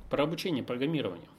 Про обучение программированию.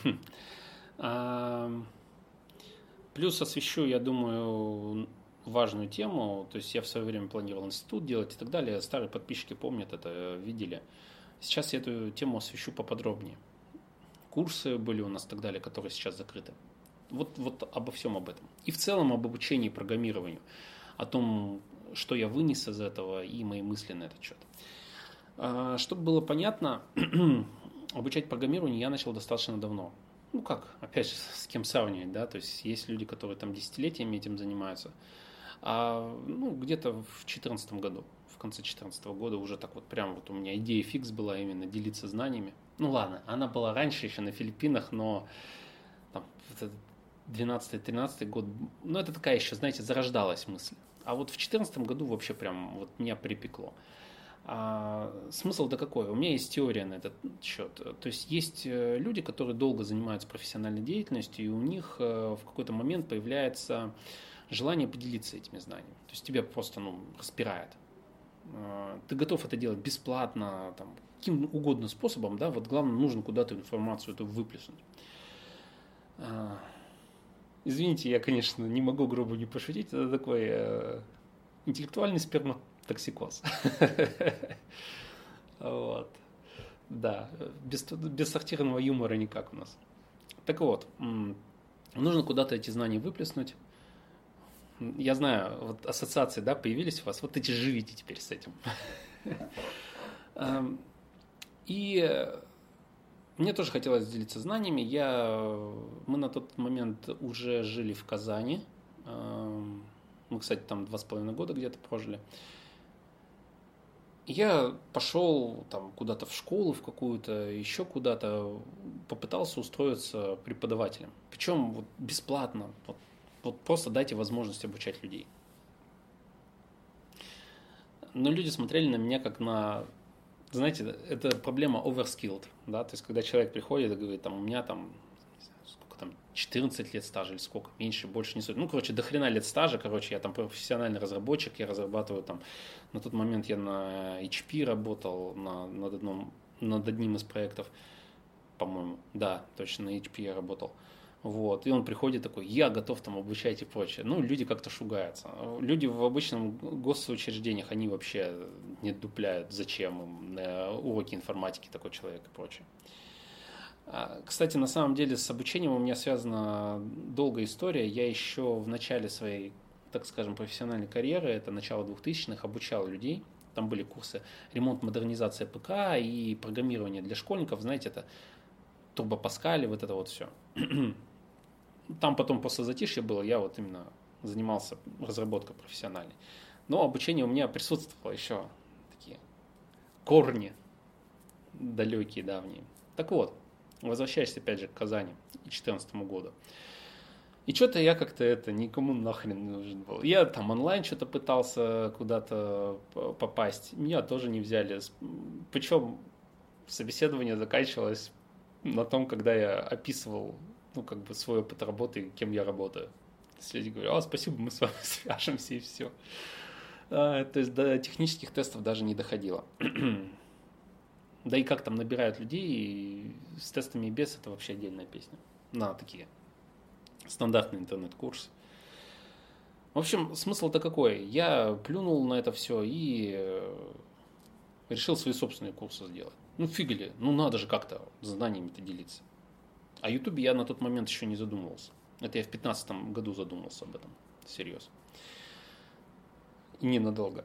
Плюс освещу, я думаю, важную тему. То есть я в свое время планировал институт делать и так далее. Старые подписчики помнят это, видели. Сейчас я эту тему освещу поподробнее. Курсы были у нас и так далее, которые сейчас закрыты. Вот обо всем об этом. И в целом об обучении программированию. О том, что я вынес из этого и мои мысли на этот счет. Чтобы было понятно, обучать программированию я начал достаточно давно. Ну как, опять же, с кем сравнивать, да, то есть есть люди, которые там десятилетиями этим занимаются, где-то в 2014 году, в конце 2014 года уже так вот прям вот у меня идея фикс была именно делиться знаниями. Ну ладно, она была раньше еще на Филиппинах, но там 12-13 год, ну это такая еще, знаете, зарождалась мысль. А вот в 2014 году вообще прям вот меня припекло. Смысл-то какой? У меня есть теория на этот счет. То есть есть люди, которые долго занимаются профессиональной деятельностью, и у них в какой-то момент появляется желание поделиться этими знаниями. То есть тебя просто распирает. Ты готов это делать бесплатно, там, каким угодно способом, да, вот главное, нужно куда-то информацию эту выплеснуть. Извините, я, конечно, не могу грубо не пошутить, это такой интеллектуальный сперматоксикоз. Вот. Да, без сортированного юмора никак у нас. Так вот, нужно куда-то эти знания выплеснуть. Я знаю, вот ассоциации, да, появились у вас, вот эти живите теперь с этим. И мне тоже хотелось делиться знаниями. Мы на тот момент уже жили в Казани. Мы, кстати, там 2,5 года где-то прожили. Я пошел там куда-то в школу, в какую-то, еще куда-то, попытался устроиться преподавателем. Причем вот бесплатно. Вот просто дайте возможность обучать людей. Но люди смотрели на меня как на... Знаете, это проблема overskilled. Да? То есть, когда человек приходит и говорит, там, у меня там 14 лет стажа или сколько, меньше, больше не суть. Ну, короче, до хрена лет стажа, я там профессиональный разработчик, я разрабатываю там, на тот момент я на HP работал над одним из проектов, по-моему, да, точно на HP я работал. Вот, и он приходит такой, я готов там обучать и прочее. Ну, люди как-то шугаются. Люди в обычном госучреждениях, они вообще не дупляют, зачем им на уроки информатики такой человек и прочее. Кстати, на самом деле с обучением у меня связана долгая история. Я еще в начале своей, так скажем, профессиональной карьеры, это начало 2000-х, обучал людей. Там были курсы ремонт, модернизация ПК и программирование для школьников. Знаете, это Turbo Pascal, вот это вот все. Там потом после затишья было, я вот именно занимался разработкой профессиональной. Но обучение у меня присутствовало еще такие корни далекие, давние. Так вот, возвращаясь опять же к Казани и 2014 году. И что-то я как-то никому нахрен не нужен был. Я там онлайн что-то пытался куда-то попасть. Меня тоже не взяли. Причем собеседование заканчивалось на том, когда я описывал свой опыт работы, кем я работаю. То есть люди говорят, спасибо, мы с вами свяжемся и все. То есть до технических тестов даже не доходило. Да и как там набирают людей, и с тестами и без, это вообще отдельная песня. На такие стандартные интернет-курсы. В общем, смысл-то какой? Я плюнул на это все и решил свои собственные курсы сделать. Фига ли, надо же как-то знаниями-то делиться. О Ютубе я на тот момент еще не задумывался. Это я в 2015 году задумался об этом. Всерьез. И ненадолго.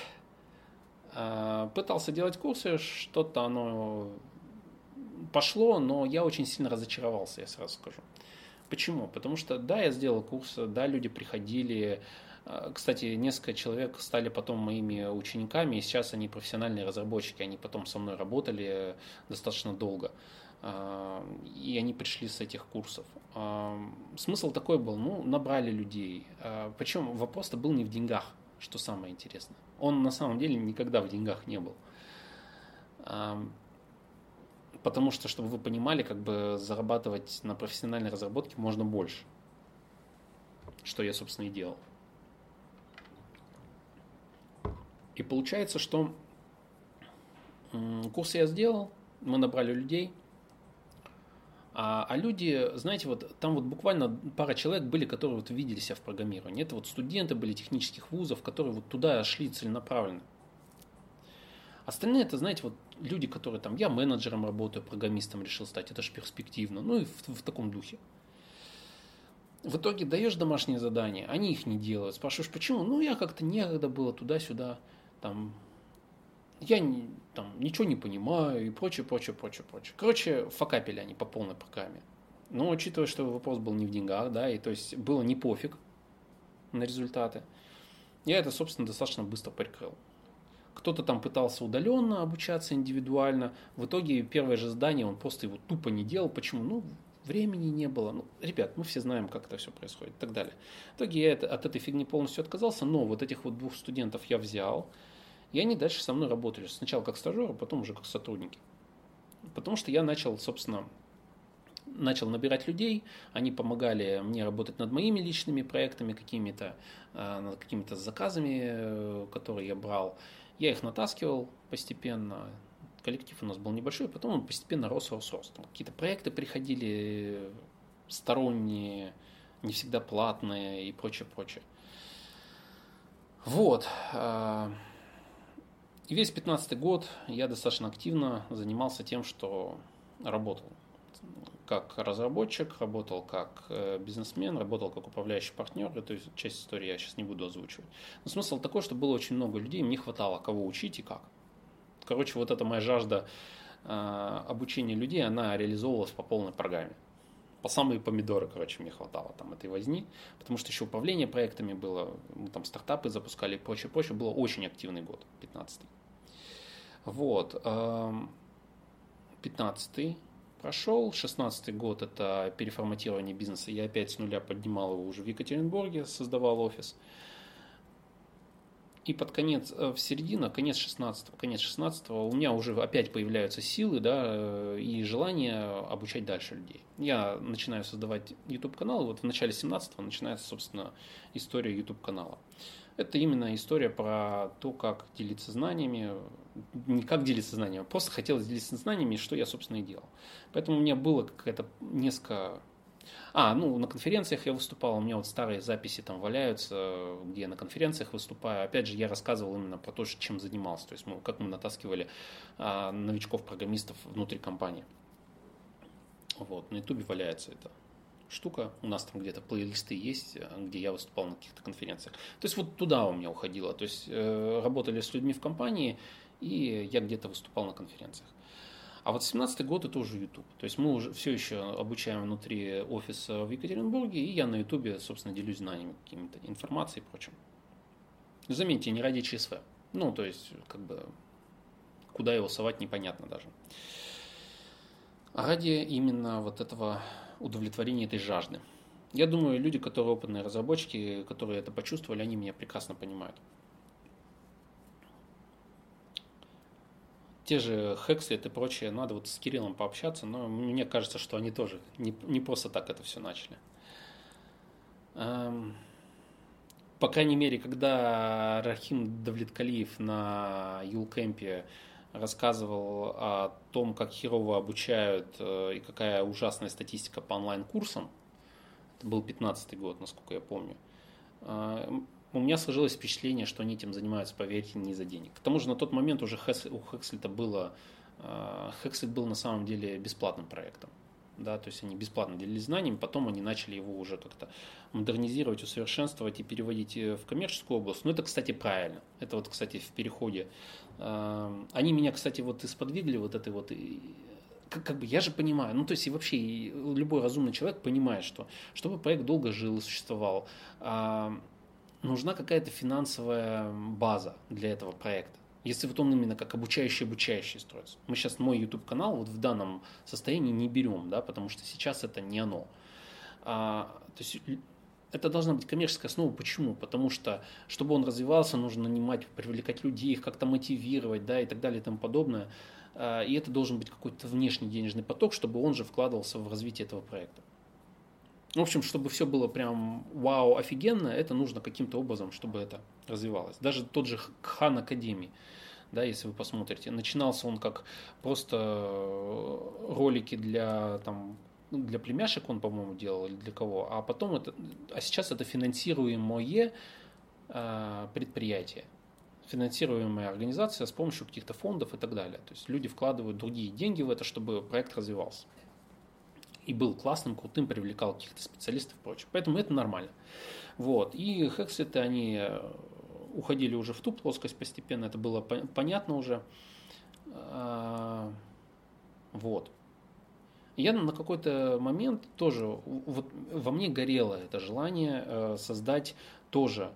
Пытался делать курсы, что-то оно пошло, но я очень сильно разочаровался, я сразу скажу. Почему? Потому что, да, я сделал курсы, да, люди приходили. Кстати, несколько человек стали потом моими учениками, и сейчас они профессиональные разработчики, они потом со мной работали достаточно долго. И они пришли с этих курсов. Смысл такой был, набрали людей. Причем вопрос-то был не в деньгах, что самое интересное. Он на самом деле никогда в деньгах не был. Потому что, чтобы вы понимали, зарабатывать на профессиональной разработке можно больше. Что я, собственно, и делал. И получается, что курсы я сделал, мы набрали людей, А люди, знаете, вот там вот буквально пара человек были, которые вот видели себя в программировании. Это вот студенты были технических вузов, которые вот туда шли целенаправленно. Остальные, это, знаете, вот люди, которые там, я менеджером работаю, программистом решил стать, это же перспективно, ну и в таком духе. В итоге даешь домашние задания, они их не делают. Спрашиваешь, почему? Ну, я как-то некогда было туда-сюда, там, я там, ничего не понимаю и прочее, прочее, прочее, прочее. Короче, факапили они по полной программе. Но учитывая, что вопрос был не в деньгах, да, и то есть было не пофиг на результаты, я это, собственно, достаточно быстро прикрыл. Кто-то там пытался удаленно обучаться индивидуально. В итоге первое же здание он просто его тупо не делал. Почему? Ну, времени не было. Ну, ребят, мы все знаем, как это все происходит и так далее. В итоге я от этой фигни полностью отказался, но вот этих вот 2 студентов я взял, и они дальше со мной работали. Сначала как стажеры, потом уже как сотрудники. Потому что я начал, собственно, набирать людей, они помогали мне работать над моими личными проектами какими-то, над какими-то заказами, которые я брал. Я их натаскивал постепенно, коллектив у нас был небольшой, потом он постепенно рос. Там какие-то проекты приходили сторонние, не всегда платные и прочее, прочее. Вот. И весь 15-й год я достаточно активно занимался тем, что работал как разработчик, работал как бизнесмен, работал как управляющий партнер. Эту часть истории я сейчас не буду озвучивать. Но смысл такой, что было очень много людей, мне хватало кого учить и как. Короче, вот эта моя жажда обучения людей, она реализовывалась по полной программе. По самые помидоры, короче, мне хватало там этой возни, потому что еще управление проектами было, мы там стартапы запускали и прочее, прочее. Было очень активный год, 15-й. Вот. 15-й прошел, 16-й год это переформатирование бизнеса. Я опять с нуля поднимал его уже в Екатеринбурге, создавал офис. И под конец, конец 16-го у меня уже опять появляются силы, да, и желание обучать дальше людей. Я начинаю создавать YouTube-канал, и вот в начале 17-го начинается, собственно, история YouTube-канала. Это именно история про то, как делиться знаниями, не как делиться знаниями, просто хотелось делиться знаниями, что я, собственно, и делал. Поэтому у меня было какая-то несколько... на конференциях я выступал, у меня вот старые записи там валяются, где я на конференциях выступаю. Опять же, я рассказывал именно про то, чем занимался, то есть как мы натаскивали новичков-программистов внутри компании. Вот, на ютубе валяется эта штука, у нас там где-то плейлисты есть, где я выступал на каких-то конференциях. То есть вот туда у меня уходило, то есть работали с людьми в компании, и я где-то выступал на конференциях. А вот 17-й год это уже YouTube. То есть мы уже все еще обучаем внутри офиса в Екатеринбурге, и я на YouTube, собственно, делюсь знаниями, какими-то информацией и прочим. Заметьте, не ради ЧСВ. Ну, то есть, как бы, куда его совать, непонятно даже. А ради именно вот этого удовлетворения этой жажды. Я думаю, люди, которые опытные разработчики, которые это почувствовали, они меня прекрасно понимают. Те же Hexlet и прочее, надо вот с Кириллом пообщаться, но мне кажется, что они тоже не просто так это все начали. По крайней мере, когда Рахим Давлеткалиев на Юлкэмпе рассказывал о том, как херово обучают и какая ужасная статистика по онлайн-курсам, это был 15-й год, насколько я помню, у меня сложилось впечатление, что они этим занимаются, поверьте, не за денег. К тому же на тот момент уже у Hexlet было... Hexlet был на самом деле бесплатным проектом. Да, то есть они бесплатно делились знаниями, потом они начали его уже как-то модернизировать, усовершенствовать и переводить в коммерческую область. Но это, кстати, правильно. Это вот, кстати, в переходе. Они меня, кстати, вот и сподвигли вот этой вот... Как бы я же понимаю, ну то есть и вообще любой разумный человек понимает, что чтобы проект долго жил и существовал, нужна какая-то финансовая база для этого проекта. Если вот он именно как обучающий строится. Мы сейчас мой YouTube-канал вот в данном состоянии не берем, да, потому что сейчас это не оно. То есть это должна быть коммерческая основа. Почему? Потому что, чтобы он развивался, нужно нанимать, привлекать людей, их как-то мотивировать, да, и так далее и тому подобное. И это должен быть какой-то внешний денежный поток, чтобы он же вкладывался в развитие этого проекта. В общем, чтобы все было прям вау, офигенно, это нужно каким-то образом, чтобы это развивалось. Даже тот же Khan Academy, да, если вы посмотрите, начинался он как просто ролики для там, для племяшек он, по-моему, делал или для кого, а сейчас это финансируемое предприятие, финансируемая организация с помощью каких-то фондов и так далее. То есть люди вкладывают другие деньги в это, чтобы проект развивался. И был классным, крутым, привлекал каких-то специалистов и прочее. Поэтому это нормально. Вот. И Hexit, они уходили уже в ту плоскость постепенно, это было понятно уже. Вот. Я на какой-то момент тоже, вот во мне горело это желание создать тоже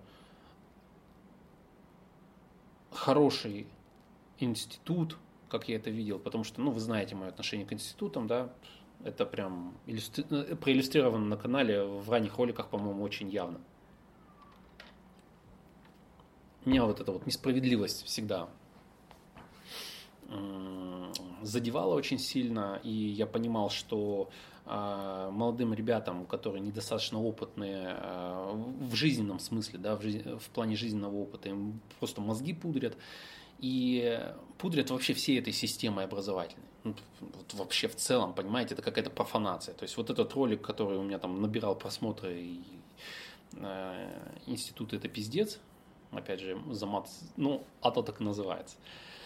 хороший институт, как я это видел, потому что, вы знаете мое отношение к институтам, да, это прям проиллюстрировано на канале в ранних роликах, по-моему, очень явно. Меня вот эта вот несправедливость всегда задевала очень сильно, и я понимал, что молодым ребятам, которые недостаточно опытные в жизненном смысле, да, в плане жизненного опыта, им просто мозги пудрят, и пудрят вообще всей этой системой образовательной. Вот вообще в целом, понимаете, это какая-то профанация. То есть вот этот ролик, который у меня там набирал просмотры, и институт это пиздец, опять же, замат, а то так и называется.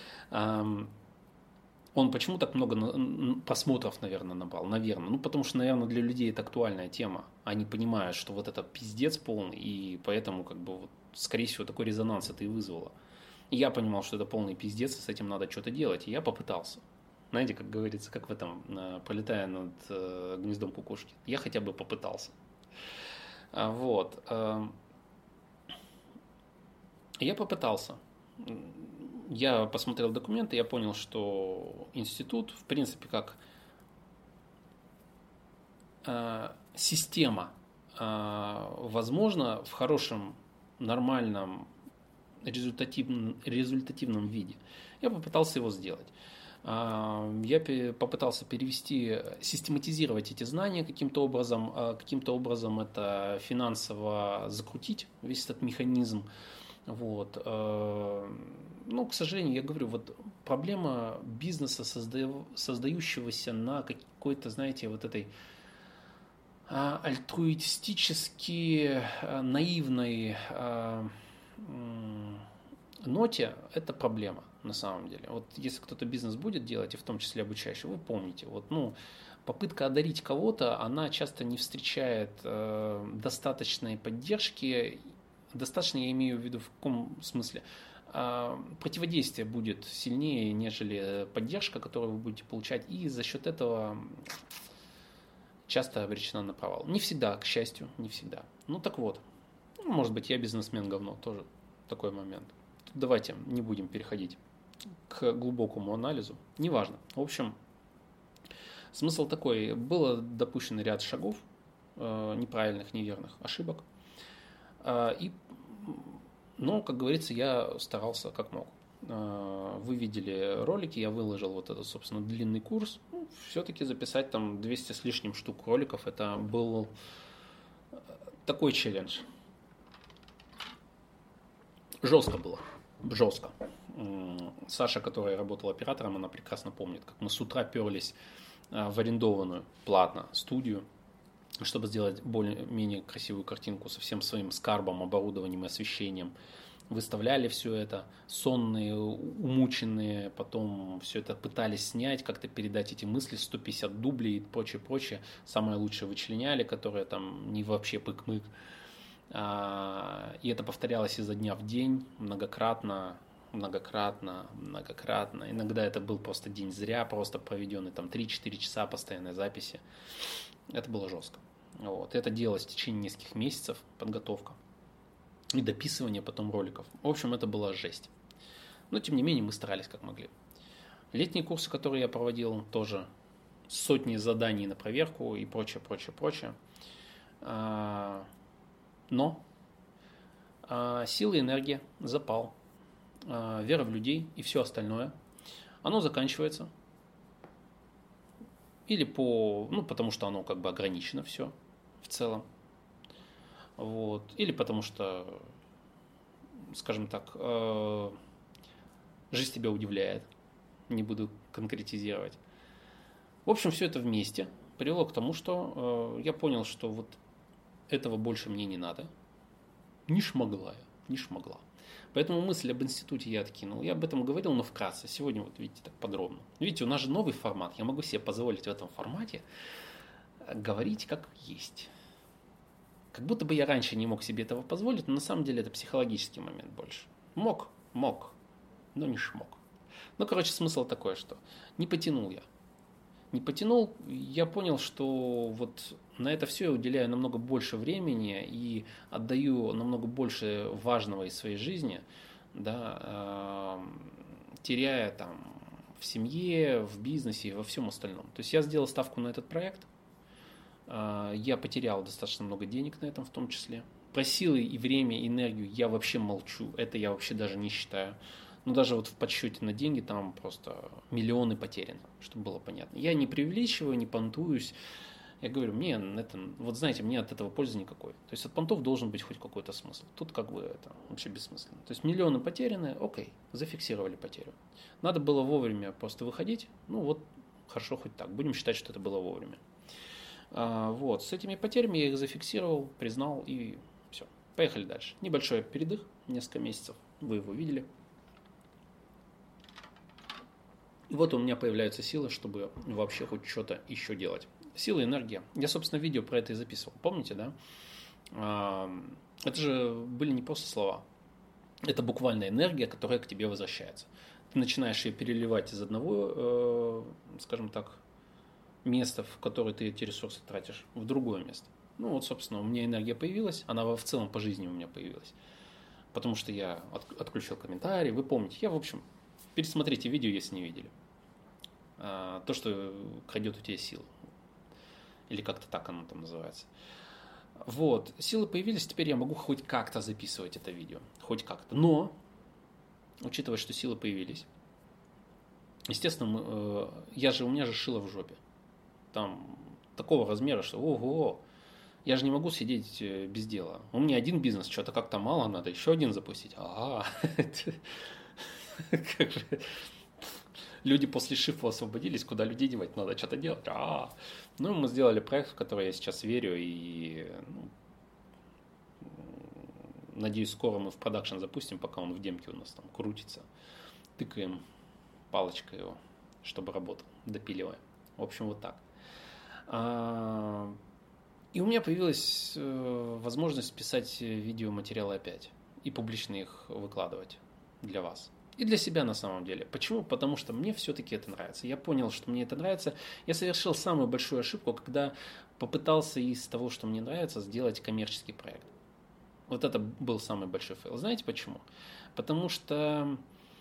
Он почему так много просмотров, наверное, набрал? Наверное. Потому что, наверное, для людей это актуальная тема. Они понимают, что вот это пиздец полный, и поэтому, скорее всего, такой резонанс это и вызвало. И я понимал, что это полный пиздец, и с этим надо что-то делать, и я попытался. Знаете, как говорится, как в этом, пролетая над гнездом кукушки. Я хотя бы попытался. Вот. Я попытался. Я посмотрел документы, я понял, что институт, в принципе, как система, возможно, в хорошем, нормальном, результативном виде. Я попытался его сделать. Я попытался систематизировать эти знания каким-то образом это финансово закрутить, весь этот механизм. Вот. К сожалению, я говорю, вот проблема бизнеса, создающегося на какой-то, знаете, вот этой альтруистически наивной ноте, это проблема на самом деле. Вот если кто-то бизнес будет делать, и в том числе обучающий, вы помните, попытка одарить кого-то, она часто не встречает достаточной поддержки. Достаточно, я имею в виду в каком смысле? Противодействие будет сильнее, нежели поддержка, которую вы будете получать, и за счет этого часто обречена на провал. Не всегда, к счастью, не всегда. Так вот, может быть, я бизнесмен говно, тоже такой момент. Тут давайте не будем переходить к глубокому анализу, неважно. В общем, смысл такой, было допущено ряд шагов, неправильных, неверных ошибок, но, как говорится, я старался как мог. Вы видели ролики, я выложил вот этот, собственно, длинный курс. Все-таки записать там 200 с лишним штук роликов, это был такой челлендж. Жестко было. Жестко. Саша, которая работала оператором, она прекрасно помнит, как мы с утра перлись в арендованную платно студию, чтобы сделать более-менее красивую картинку со всем своим скарбом, оборудованием и освещением. Выставляли все это, сонные, умученные, потом все это пытались снять, как-то передать эти мысли, 150 дублей и прочее. Самое лучшее вычленяли, которое там не вообще пык-мык. И это повторялось изо дня в день, многократно. Иногда это был просто день зря, просто проведенный там 3-4 часа постоянной записи. Это было жестко. Вот. Это делалось в течение нескольких месяцев, подготовка. И дописывание потом роликов. В общем, это была жесть. Но, тем не менее, мы старались как могли. Летние курсы, которые я проводил, тоже сотни заданий на проверку и прочее. Но сила, энергия, запал, вера в людей и все остальное, оно заканчивается. Или потому что оно как бы ограничено все в целом. Вот. Или потому что, скажем так, жизнь тебя удивляет. Не буду конкретизировать. В общем, все это вместе привело к тому, что я понял, что вот этого больше мне не надо. Не шмогла я, не шмогла. Поэтому мысль об институте я откинул. Я об этом говорил, но вкратце. Сегодня, вот видите, так подробно. Видите, у нас же новый формат. Я могу себе позволить в этом формате говорить как есть. Как будто бы я раньше не мог себе этого позволить, но на самом деле это психологический момент больше. Мог, но не шмог. Ну, короче, смысл такой, что не потянул я. Не потянул, я понял, что вот на это все я уделяю намного больше времени и отдаю намного больше важного из своей жизни, да, теряя там в семье, в бизнесе и во всем остальном. То есть я сделал ставку на этот проект, я потерял достаточно много денег на этом в том числе. Про силы и время, и энергию я вообще молчу, это я вообще даже не считаю. Ну, даже вот в подсчете на деньги там просто миллионы потеряны, чтобы было понятно. Я не преувеличиваю, не понтуюсь. Я говорю, мне это, вот знаете, мне от этого пользы никакой. То есть от понтов должен быть хоть какой-то смысл. Тут как бы это вообще бессмысленно. То есть миллионы потеряны, окей, зафиксировали потерю. Надо было вовремя просто выходить. Ну вот, хорошо хоть так. Будем считать, что это было вовремя. Вот, с этими потерями я их зафиксировал, признал и все. Поехали дальше. Небольшой передых, несколько месяцев. Вы его видели. И вот у меня появляются силы, чтобы вообще хоть что-то еще делать. Сила, энергия. Я, собственно, видео про это и записывал. Помните, да? Это же были не просто слова. Это буквально энергия, которая к тебе возвращается. Ты начинаешь ее переливать из одного, скажем так, места, в которое ты эти ресурсы тратишь, в другое место. Ну вот, собственно, у меня энергия появилась, она в целом по жизни у меня появилась. Потому что я отключил комментарии, вы помните. Я, в общем, пересмотрите видео, если не видели. То, что крадет у тебя силы. Или как-то так оно там называется. Вот, силы появились, теперь я могу хоть как-то записывать это видео. Хоть как-то. Но, учитывая, что силы появились, естественно, у меня же шило в жопе. Там такого размера, что ого, я же не могу сидеть без дела. У меня один бизнес, что-то как-то мало, надо еще один запустить. Как же... Люди после шифа освободились, куда людей девать, надо что-то делать. Ну, мы сделали проект, в который я сейчас верю, и надеюсь, скоро мы в продакшн запустим, пока он в демке у нас там крутится. Тыкаем палочкой его, чтобы работал, допиливаем. В общем, вот так. И у меня появилась возможность писать видеоматериалы опять и публично их выкладывать для вас. И для себя на самом деле. Почему? Потому что мне все-таки это нравится. Я понял, что мне это нравится. Я совершил самую большую ошибку, когда попытался из того, что мне нравится, сделать коммерческий проект. Вот это был самый большой фейл. Знаете почему? Потому что,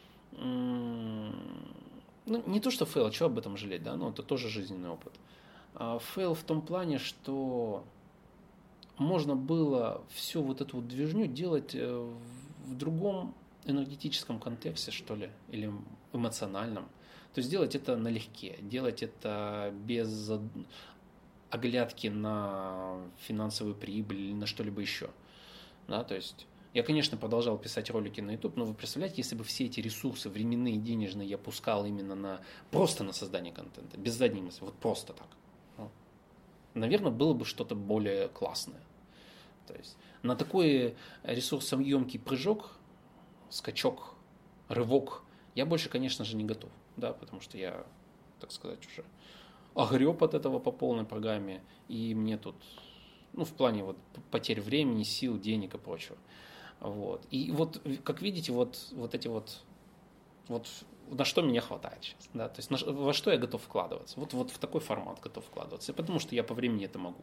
не то, что фейл, а что об этом жалеть, да? Ну, это тоже жизненный опыт. Фейл в том плане, что можно было всю вот эту вот движню делать в другом энергетическом контексте, что ли, или эмоциональном. То есть делать это налегке, делать это без оглядки на финансовую прибыль или на что-либо еще. Да, то есть я, конечно, продолжал писать ролики на YouTube, но вы представляете, если бы все эти ресурсы временные, денежные я пускал именно просто на создание контента, без задней мысли, вот просто так. Наверное, было бы что-то более классное. То есть на такой ресурсоемкий прыжок, скачок, рывок я больше, конечно же, не готов. Да, потому что я, так сказать, уже огреб от этого по полной программе. И мне тут, в плане вот потерь времени, сил, денег и прочего. Вот. И вот, как видите, вот эти вот на что меня хватает сейчас. Да? То есть во что я готов вкладываться. Вот в такой формат готов вкладываться. Потому что я по времени это могу.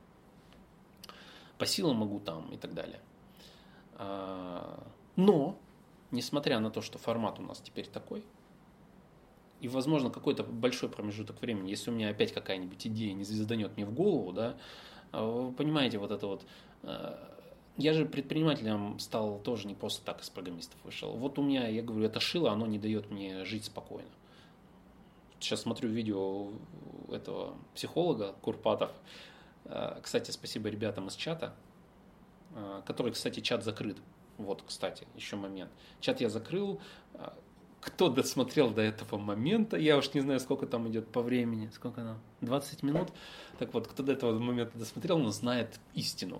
По силам могу там и так далее. Но, несмотря на то, что формат у нас теперь такой, и, возможно, какой-то большой промежуток времени, если у меня опять какая-нибудь идея не звезданет мне в голову, да, вы понимаете, вот это вот... Я же предпринимателем стал тоже не просто так из программистов вышел. Вот у меня, я говорю, это шило, оно не дает мне жить спокойно. Сейчас смотрю видео этого психолога Курпатов. Кстати, спасибо ребятам из чата, который, кстати, чат закрыт. Вот, кстати, еще момент. Чат я закрыл. кто досмотрел до этого момента, я уж не знаю, сколько там идет по времени, сколько там, 20 минут. Так вот, кто до этого момента досмотрел, но знает истину.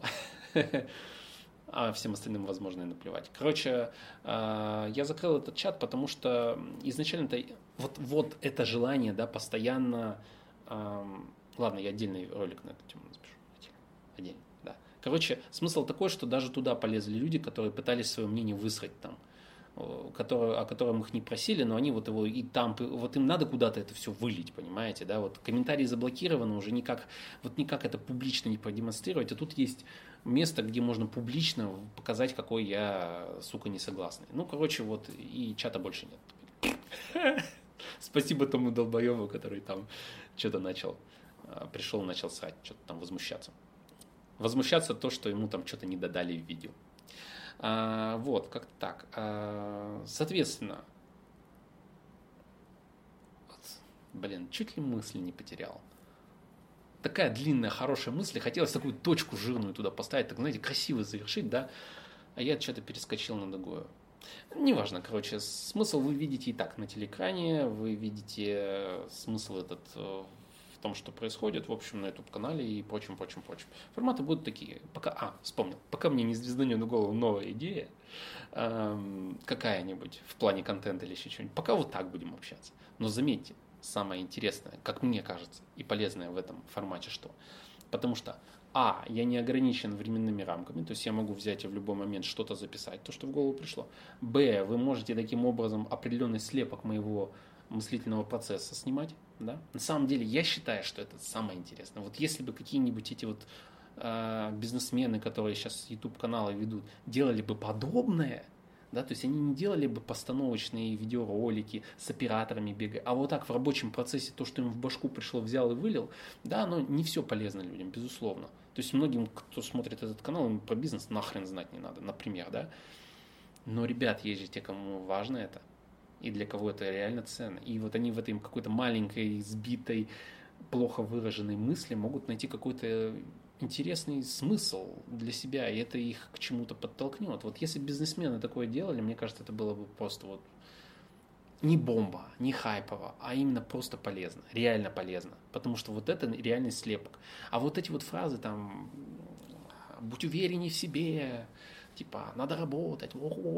А всем остальным, возможно, и наплевать. Короче, я закрыл этот чат, потому что изначально-то вот это желание, да, постоянно... Ладно, я отдельный ролик на эту тему запишу. Отдельно, да. Короче, смысл такой, что даже туда полезли люди, которые пытались свое мнение высрать там, о котором их не просили, но они вот его и там, вот им надо куда-то это все вылить, понимаете, да, вот комментарии заблокированы, уже никак это публично не продемонстрировать, а тут есть место, где можно публично показать, какой я, сука, несогласный. Ну, короче, вот, и чата больше нет. Спасибо тому долбоебу, который там что-то пришел, начал срать, что-то там возмущаться. Возмущаться то, что ему там что-то не додали в видео. Вот, как-то так. Соответственно, чуть ли мысли не потерял. Такая длинная, хорошая мысль. Хотелось такую точку жирную туда поставить, так, знаете, красиво завершить, да? А я что-то перескочил на другое. Неважно, короче, смысл вы видите и так на телеэкране, вы видите смысл этот в том, что происходит, в общем, на YouTube-канале и прочим. Форматы будут такие. Вспомнил. Пока мне не звезданет на голову новая идея, какая-нибудь в плане контента или еще что-нибудь, пока вот так будем общаться. Но заметьте, самое интересное, как мне кажется, и полезное в этом формате что? Потому что я не ограничен временными рамками, то есть я могу взять и в любой момент что-то записать, то, что в голову пришло. Вы можете таким образом определенный слепок моего мыслительного процесса снимать. Да? На самом деле я считаю, что это самое интересное. Вот если бы какие-нибудь эти вот бизнесмены, которые сейчас YouTube-каналы ведут, делали бы подобное, да, то есть они не делали бы постановочные видеоролики с операторами бегая, а вот так в рабочем процессе то, что им в башку пришло, взял и вылил, да, оно не все полезно людям, безусловно. То есть многим, кто смотрит этот канал, им про бизнес нахрен знать не надо, например, да. Но, ребят, есть же те, кому важно это, и для кого это реально ценно. И вот они в этой какой-то маленькой, сбитой, плохо выраженной мысли могут найти какой-то интересный смысл для себя, и это их к чему-то подтолкнет. Вот если бизнесмены такое делали, мне кажется, это было бы просто вот не бомба, не хайпово, а именно просто полезно, реально полезно. Потому что вот это реальный слепок. А вот эти вот фразы там, будь уверенней в себе, типа, надо работать,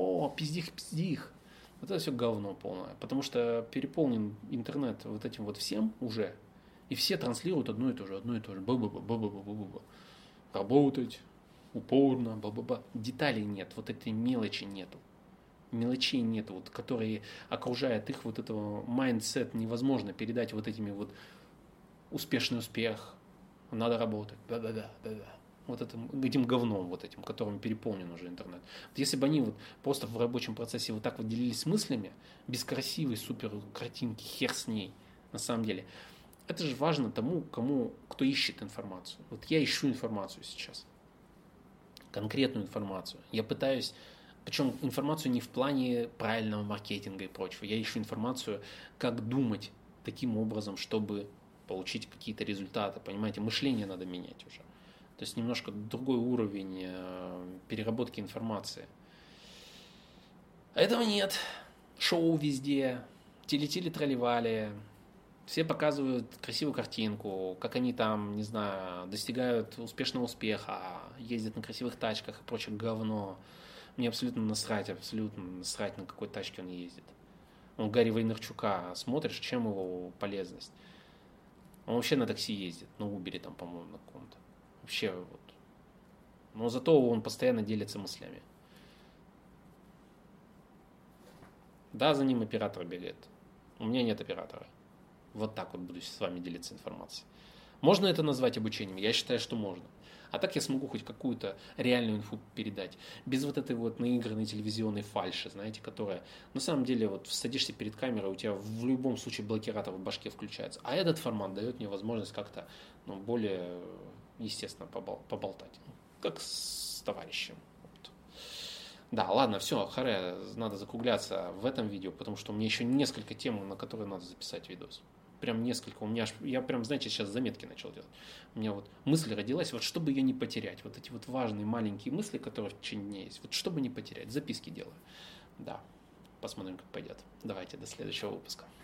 пиздих. Вот это все говно полное. Потому что переполнен интернет вот этим вот всем уже. И все транслируют одно и то же. Ба-ба-ба. Работать, упорно, ба-ба-ба. Деталей нет, вот этой мелочи нету. Мелочей нету, вот, которые окружают их вот этого майндсет, невозможно передать вот этими вот успешный успех, надо работать, да-да-да. Вот этим говном, вот этим, которым переполнен уже интернет. Вот если бы они вот просто в рабочем процессе вот так вот делились мыслями, без красивой супер картинки, хер с ней, на самом деле. Это же важно тому, кто ищет информацию. Вот я ищу информацию сейчас. Конкретную информацию. Я пытаюсь, причем информацию не в плане правильного маркетинга и прочего. Я ищу информацию, как думать таким образом, чтобы получить какие-то результаты. Понимаете, мышление надо менять уже. То есть немножко другой уровень переработки информации. Этого нет. Шоу везде. Тили-тили-тролливали. Все показывают красивую картинку, как они там, не знаю, достигают успешного успеха, ездят на красивых тачках и прочее говно. Мне абсолютно насрать, на какой тачке он ездит. Он Гарри Вайнерчука смотришь, чем его полезность. Он вообще на такси ездит, на Uber там, по-моему, на каком-то. Вообще вот. Но зато он постоянно делится мыслями. Да, за ним оператор бегает. У меня нет оператора. Вот так вот буду с вами делиться информацией. Можно это назвать обучением? Я считаю, что можно. А так я смогу хоть какую-то реальную инфу передать. Без вот этой вот наигранной телевизионной фальши, знаете, которая на самом деле вот садишься перед камерой, у тебя в любом случае блокиратор в башке включается. А этот формат дает мне возможность как-то более естественно поболтать. Как с товарищем. Вот. Да, ладно, все, харе, надо закругляться в этом видео, потому что у меня еще несколько тем, на которые надо записать видос. Прям несколько. Я прям, знаете, сейчас заметки начал делать. У меня вот мысль родилась, вот чтобы ее не потерять. Вот эти вот важные маленькие мысли, которые в течение дня есть. Вот чтобы не потерять. Записки делаю. Да. посмотрим, как пойдет. Давайте, до следующего выпуска.